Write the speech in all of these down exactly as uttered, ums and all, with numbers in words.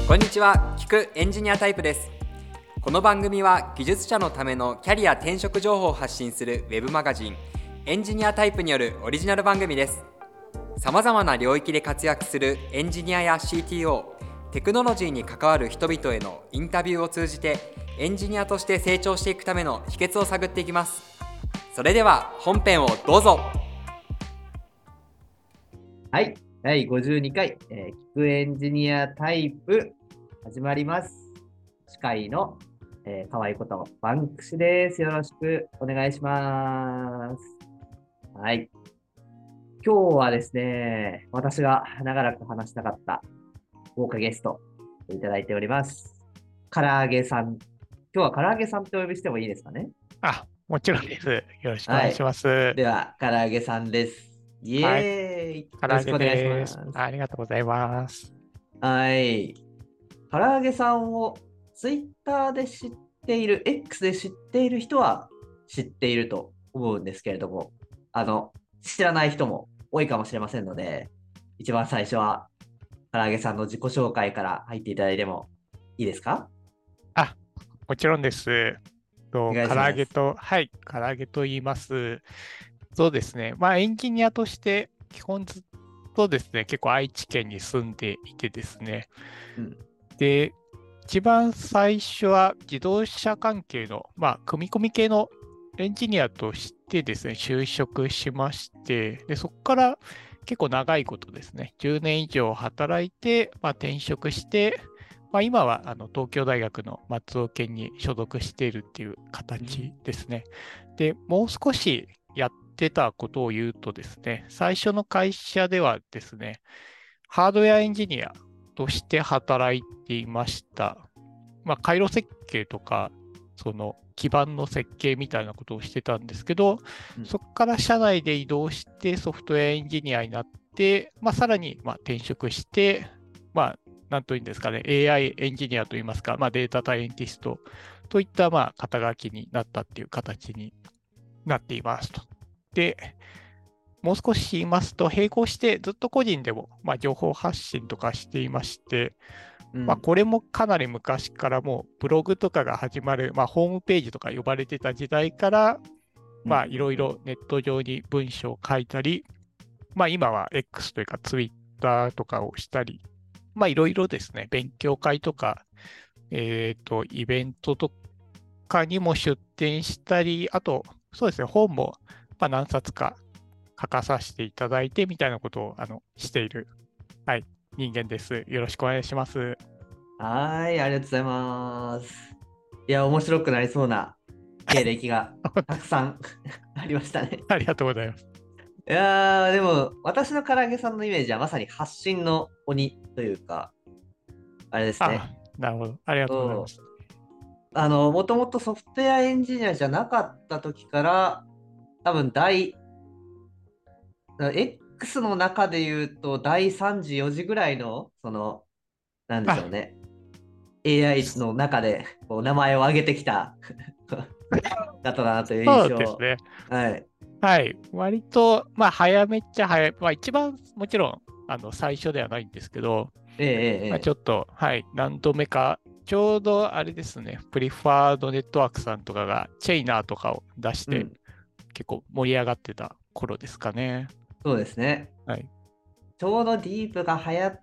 こんにちは、聞くエンジニアタイプです。この番組は技術者のためのキャリア転職情報を発信するウェブマガジンエンジニアタイプによるオリジナル番組です。さまざまな領域で活躍するエンジニアや シーティーオー、テクノロジーに関わる人々へのインタビューを通じてエンジニアとして成長していくための秘訣を探っていきます。それでは本編をどうぞ。 はい、だいごじゅうにかい、えー、聞くエンジニアタイプ始まります。司会の、えー、かわいことバンクシです。よろしくお願いします。はい。今日はですね、私が長らく話したかった豪華ゲストいただいております。唐揚げさん。今日は唐揚げさんとお呼びしてもいいですかね？ あ、もちろんです。よろしくお願いします。はい、 では、唐揚げさんです。イエーイ、はい、よろしくお願いします。 ありがとうございます。 はい。唐揚げさんをツイッターで知っている、X で知っている人は知っていると思うんですけれども、あの、知らない人も多いかもしれませんので、一番最初は唐揚げさんの自己紹介から入っていただいてもいいですか？ あ、もちろんです。と唐揚げと、はい、唐揚げと言います。そうですね、まあエンジニアとして基本ずっとですね、結構愛知県に住んでいてですね、うん、で、一番最初は自動車関係の、まあ、組み込み系のエンジニアとしてですね、就職しまして、でそこから結構長いことですね、じゅうねん以上働いて、まあ、転職して、まあ、今はあの東京大学の松尾研に所属しているっていう形ですね。うん、で、もう少しやってたことを言うとですね、最初の会社ではですね、ハードウェアエンジニアとして働いていました。まあ、回路設計とか、その基盤の設計みたいなことをしてたんですけど、うん、そこから社内で移動してソフトウェアエンジニアになって、まあ、さらにまあ転職して、まあ、なんというんですかね、エーアイ エンジニアといいますか、まあ、データサイエンティストといったまあ肩書きになったっていう形になっていますと。で、もう少し言いますと、並行してずっと個人でも、まあ、情報発信とかしていまして、うん、まあ、これもかなり昔からもうブログとかが始まる、まあ、ホームページとか呼ばれてた時代から、まあ、いろいろネット上に文章を書いたり、まあ、今は X というか Twitter とかをしたり、まあ、いろいろですね、勉強会とか、えっと、イベントとかにも出展したり、あと、そうですね、本もまあ何冊か書かさせていただいてみたいなことをあのしている、はい、人間です。よろしくお願いします。 はい、ありがとうございます。いや、面白くなりそうな経歴がたくさんありましたね。 ありがとうございます。 いやー、でも、私の唐揚げさんのイメージはまさに発信の鬼というか、あれですね。 あ、なるほど。ありがとうございます。 あの、もともとソフトウェアエンジニアじゃなかった時から、多分第、X の中で言うと、だいさんじ、よじぐらいの、その、なんでしょうね。エーアイ の中でこう名前を挙げてきた方だなという印象。 そうですね。 はい。 はい。割と、まあ、早めっちゃ早い。まあ、一番、もちろん、あの、最初ではないんですけど、 ええまあ、ちょっと、はい、何度目か、ちょうどあれですね、プリファードネットワークさんとかが、チェイナーとかを出して、うん、結構盛り上がってた頃ですかね。 そうですね。 はい。 ちょうどディープが流行って、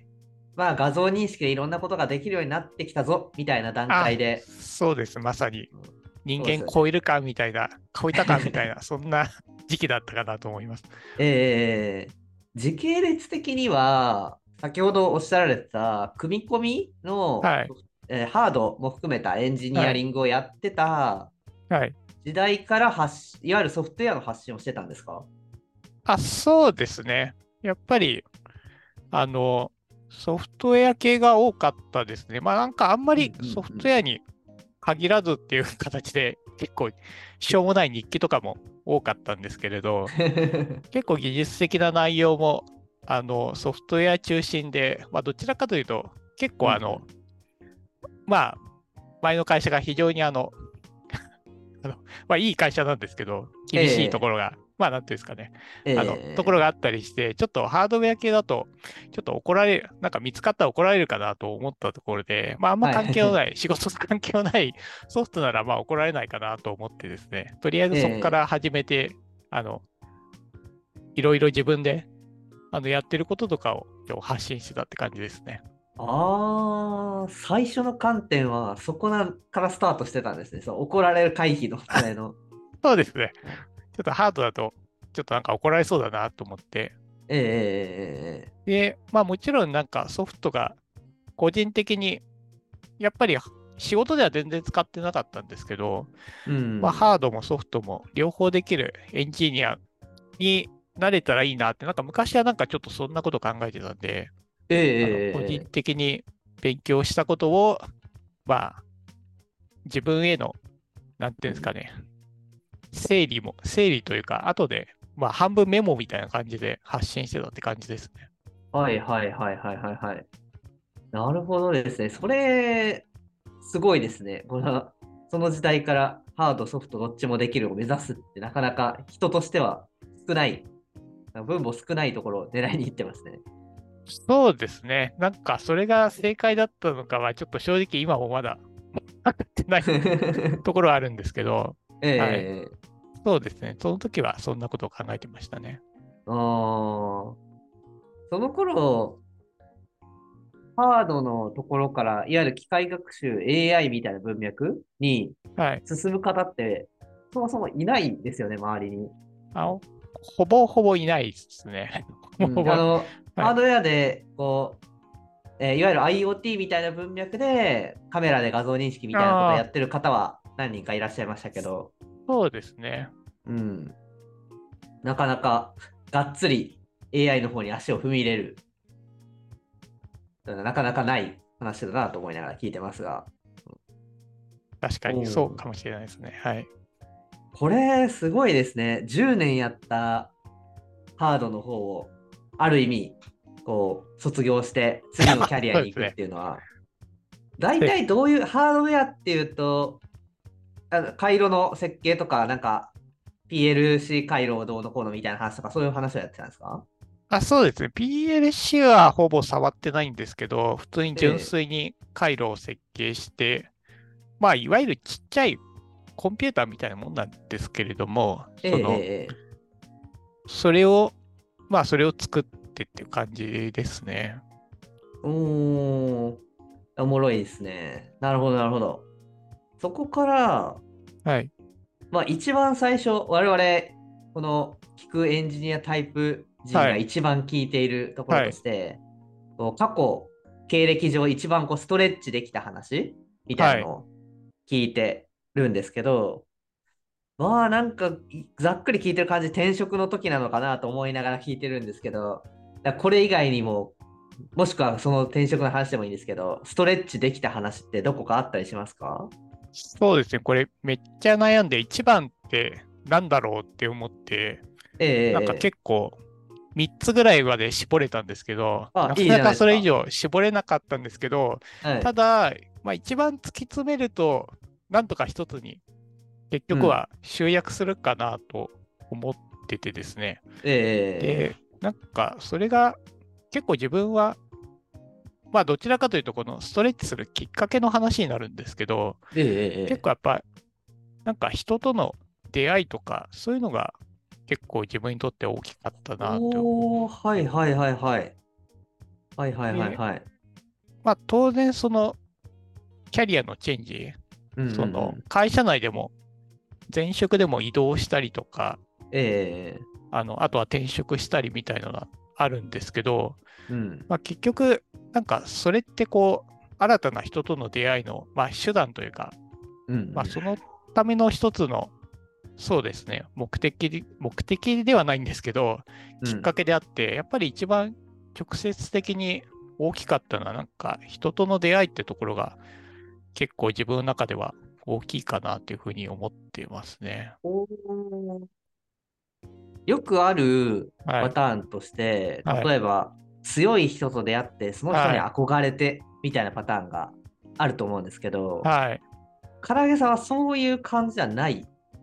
まあ、画像認識でいろんなことができるようになってきたぞみたいな段階で。 そうです、まさに。人間超えるかみたいな、超えたかみたいな、そんな時期だったかなと思います。 えー、時系列的には、先ほどおっしゃられた組み込みの、はい、えー、ハードも含めたエンジニアリングをやってた時代から発、はい、いわゆるソフトウェアの発信をしてたんですか？ あ、そうですね。やっぱり、あの、ソフトウェア系が多かったですね。まあなんかあんまりソフトウェアに限らずっていう形で結構しょうもない日記とかも多かったんですけれど、結構技術的な内容もあのソフトウェア中心で、まあどちらかというと結構あの、うん、まあ前の会社が非常にあの、あのまあいい会社なんですけど、厳しいところが、えー、 まあ、なんていうんですかね、 えあの、ところがあったりして、ちょっとハードウェア系だと、ちょっと怒られる、なんか見つかったら怒られるかなと思ったところで、まあ、あんまはい。 関係のない、仕事と関係のないソフトなら、まあ、怒られないかなと思ってですね、とりあえずそこかえら始めて、あの、いろいろ自分で、あの、やってることとかを今日発信してたって感じですね。 ああ、最初の観点はそこなからスタートしてたんですね。そう、怒られる回避のための。 そうですね。ちょっとハードだと、ちょっとなんか怒られそうだなと思って、 ええええで、まあもちろんなんかソフトが個人的に、やっぱり仕事では全然使ってなかったんですけど、 ええ。うん。 まあハードもソフトも両方できるエンジニアになれたらいいなって、なんか昔はなんかちょっとそんなこと考えてたんで、 ええあの個人ええええ。 的に勉強したことを、まあ自分への、なんていうんですかね、整理も、整理というか、後で、まあ半分メモみたいな感じで発信してたって感じですね。 はいはいはいはいはいはい。なるほどですね。それ、すごいですね。この、その時代からハード、ソフトどっちもできるを目指すってなかなか人としては少ない、分母少ないところを狙いに行ってますね。 そうですね。なんか、それが正解だったのかは、ちょっと正直今もまだ分かってないところはあるんですけど、はい。 ええ。 そうですね。その時はそんなことを考えてましたね。 ああ、その頃、ハードのところから、いわゆる機械学習 エーアイ みたいな文脈にはい。 進む方って、そもそもいないですよね、周りに。 あ、ほぼほぼいないですね。ほぼほうん、 ぼ。 あの、 はい。 ハードウェアで、こう、えーいわゆる IoT みたいな文脈でカメラで画像認識みたいなことをああ、 やってる方は何人かいらっしゃいましたけど、 そうですね。 うん、なかなかがっつり エーアイ の方に足を踏み入れる、なかなかない話だなと思いながら聞いてますが。 確かにそうおー、 かもしれないですね。はい。 これすごいですね。じゅうねんやったハードの方をある意味こう卒業して次のキャリアに行くっそうですね。 ていうのは、大で、 体どういうハードウェアっていうと、あの回路の設計とか、なんか ピーエルシー 回路をどうのこうのみたいな話とか、そういう話をやってたんですか？ あ、そうですね。ピーエルシー はほぼ触ってないんですけど、普通に純え粋に回路を設計して、まあ、いわゆるちっちゃいコンピューターみたいなもんなんですけれども、 え、ええ、 その、 ええ。 それを、まあ、それを作ってっていう感じですね。 おー、おもろいですね。なるほど、なるほど。そこから、 はい。 まあ、一番最初、我々、この聞くエンジニアタイプ人はい。 が一番聞いているところはい。 として、こう過去、経歴上一番こうストレッチできた話みたいなはい。 のを聞いてるんですけど、まあなんかざっくり聞いてる感じ、転職の時なのかなと思いながら聞いてるんですけど、だからこれ以外にも、もしくはその転職の話でもいいんですけど、ストレッチできた話ってどこかあったりしますか？ そうですね。これめっちゃ悩んで、一番ってなんだろうって思って、 えええなんかえええ。 結構みっつぐらいまで絞れたんですけど、 あ、 なかいいじなかそれ以ゃないですか。 上絞れなかったんですけど、 はい。 ただ、まあ、一番突き詰めると、なんとか一つに結うん。 局は集約するかなと思っててですね。 ええで、なんかそれが結構自分は、まあどちらかというとこのストレッチするきっかけの話になるんですけど、 ええええええ。 結構やっぱなんか人との出会いとかそういうのが結構自分にとって大きかったなとおー、 思って。 はいはいはいはい。はいはいはいで、 はい。 まあ当然そのキャリアのチェンジ、 うんうんそのうん。 会社内でも前職でも移動したりとか、 ええ。 あの、あとは転職したりみたいなのがあるんですけど、 うん。 まあ、結局、なんかそれってこう、新たな人との出会いの、まあ、手段というか、 うんうまあ、 ん。 そのための一つの、そうですね、目的、目的ではないんですけど、 うん。 きっかけであって、やっぱり一番直接的に大きかったのは、なんか人との出会いってところが結構自分の中では大きいかなというふうに思っていますね。 おー、よくあるパはい。 ターンとして、 はい。 例えば強い人と出会って、その人にはい。 憧れてみたいなパターンがあると思うんですけど、 はい。 唐揚げさんはそういう感じじゃない。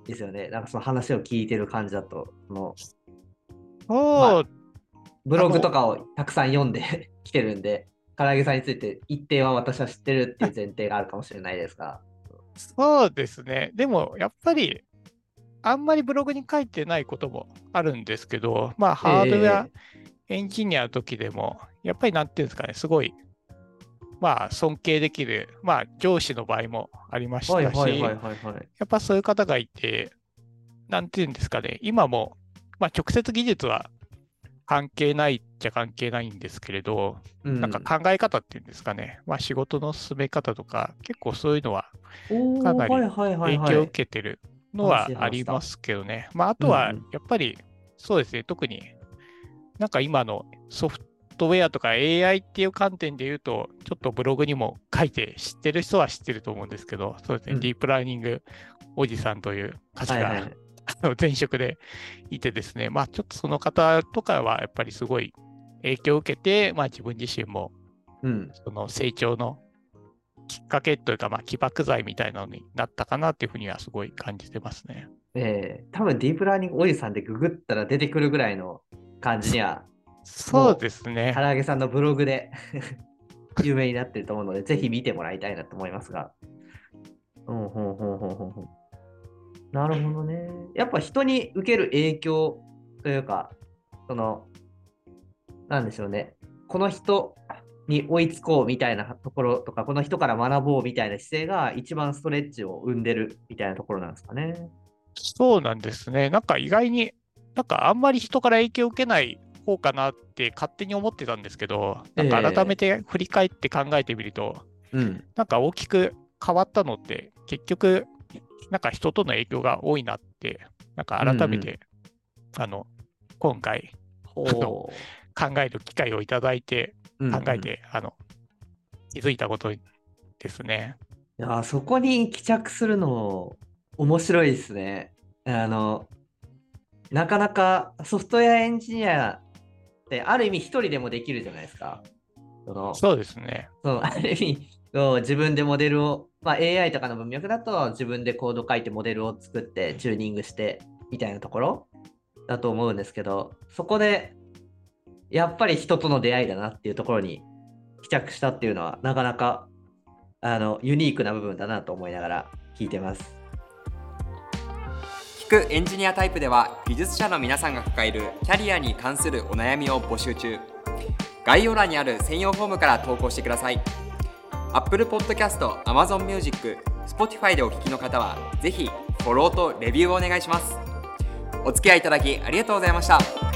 ですよね。なんかその話を聞いてる感じだと、そのそう、まあ、 ブログとかをたくさん読んできてるんで、唐揚げさんについて一定は私は知ってるっていう前提があるかもしれないですが。 そうですね。でもやっぱりあんまりブログに書いてないこともあるんですけど、まあハードウェアエンジニアの時でも、やっぱりなんていうんですかね、すごい、まあ尊敬できる、まあ上司の場合もありましたし、やっぱそういう方がいて、なんていうんですかね、今も、まあ直接技術は関係ないっちゃ関係ないんですけれど、うん、なんか考え方っていうんですかね、まあ、仕事の進め方とか、結構そういうのはかなり影響を受けてるのはありますけどね。まあ、あとはやっぱりそうですね、特になんか今のソフトウェアとか エーアイ っていう観点で言うと、ちょっとブログにも書いて知ってる人は知ってると思うんですけど、そうですね、うん、ディープラーニングおじさんという方が、はいはい前職でいてですね、まあちょっとその方とかはやっぱりすごい影響を受けて、まあ自分自身もその成長のきっかけというか、まあ起爆剤みたいなのになったかなっていうふうにはすごい感じてますね。 ええー、多分ディープラーニングおじさんでググったら出てくるぐらいの感じには、 そうですね。 唐揚げさんのブログで有名になってると思うので、ぜひ見てもらいたいなと思いますが。うんほんほんほんほんほん。なるほどね。やっぱ人に受ける影響というか、その、なんでしょうね。この人に追いつこうみたいなところとか、この人から学ぼうみたいな姿勢が一番ストレッチを生んでるみたいなところなんですかね。 そうなんですね。なんか意外に、なんかあんまり人から影響を受けない方かなって勝手に思ってたんですけど、なんか改めて振り返って考えてみると、えーうん、なんか大きく変わったのって結局、なんか人との影響が多いなって、なんか改めて、うんうん、あの、今回、あの考える機会をいただいて、考えて、うんうん、あの、気づいたことですね。 いや、そこに帰着するの、面白いですね。あの、なかなかソフトウェアエンジニアってある意味一人でもできるじゃないですか。 そのそうですね。 そのある意味、自分でモデルを、まあ、エーアイ とかの文脈だと自分でコード書いてモデルを作ってチューニングしてみたいなところだと思うんですけど、そこでやっぱり人との出会いだなっていうところに帰着したっていうのはなかなかあのユニークな部分だなと思いながら聞いてます。 聞くエンジニアタイプでは技術者の皆さんが抱えるキャリアに関するお悩みを募集中。概要欄にある専用フォームから投稿してください。Apple Podcast、Amazon Music、Spotify でお聞きの方はぜひフォローとレビューをお願いします。お付き合いいただきありがとうございました。